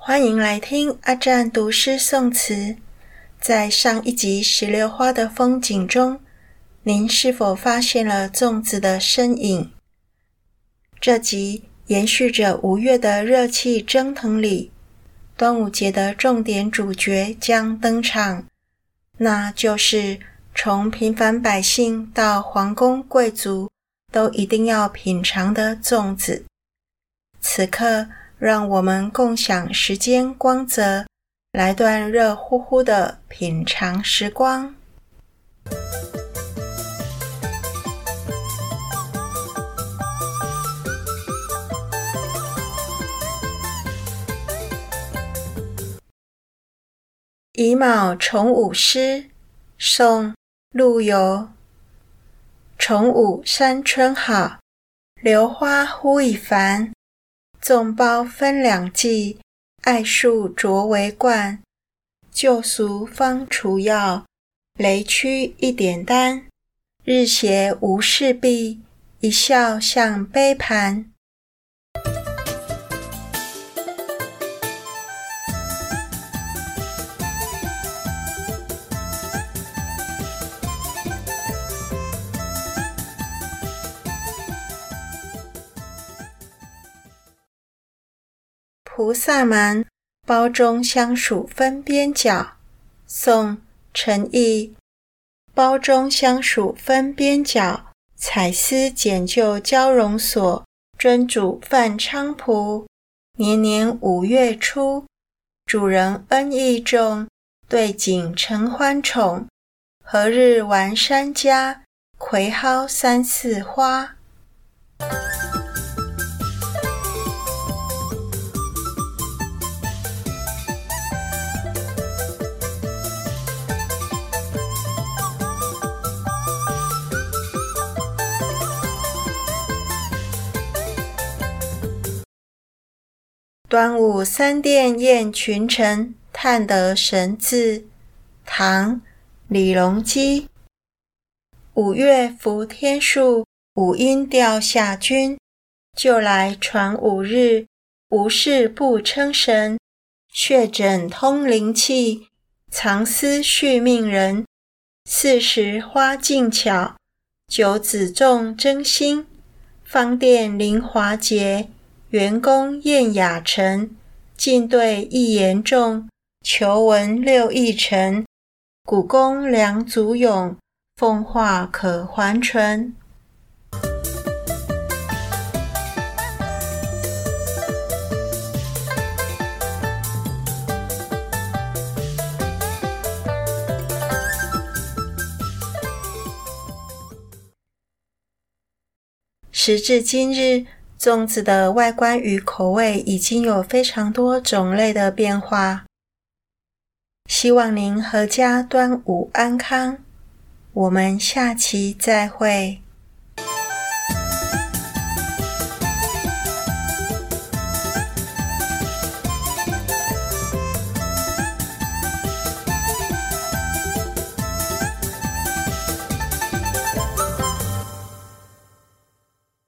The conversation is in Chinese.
欢迎来听阿占读诗宋词。在上一集石榴花的风景中，您是否发现了粽子的身影？这集延续着5月的热气蒸腾里，端午节的重点主角将登场，那就是从平凡百姓到皇宫贵族都一定要品尝的粽子。此刻让我们共享时间光泽，来段热乎乎的品尝时光。乙卯重五诗，宋·陆游。重五山春好，榴花忽已繁。粽包分两季，艾树着为冠。旧俗方除药，雷区一点丹。日斜无事毕，一笑向杯盘。菩萨蛮，包中相属分边角。宋·陈毅。包中相属分边角，彩丝剪就交融所。尊主范菖蒲，年年5月初。主人恩义重，对景承欢宠。何日玩山家，葵蒿3、4花。端午三殿宴群臣，探得神字。唐·李隆基。5月伏天数，五阴调下君。就来传5日，无事不称神。血枕通灵气，藏私续命人。40花竞巧，9子粽争新。方殿灵华节，元宫宴雅陈。进对一言重，求闻6议成。古宫良足咏，奉化可还淳。时至今日，粽子的外观与口味已经有非常多种类的变化。希望您阖家端午安康，我们下期再会。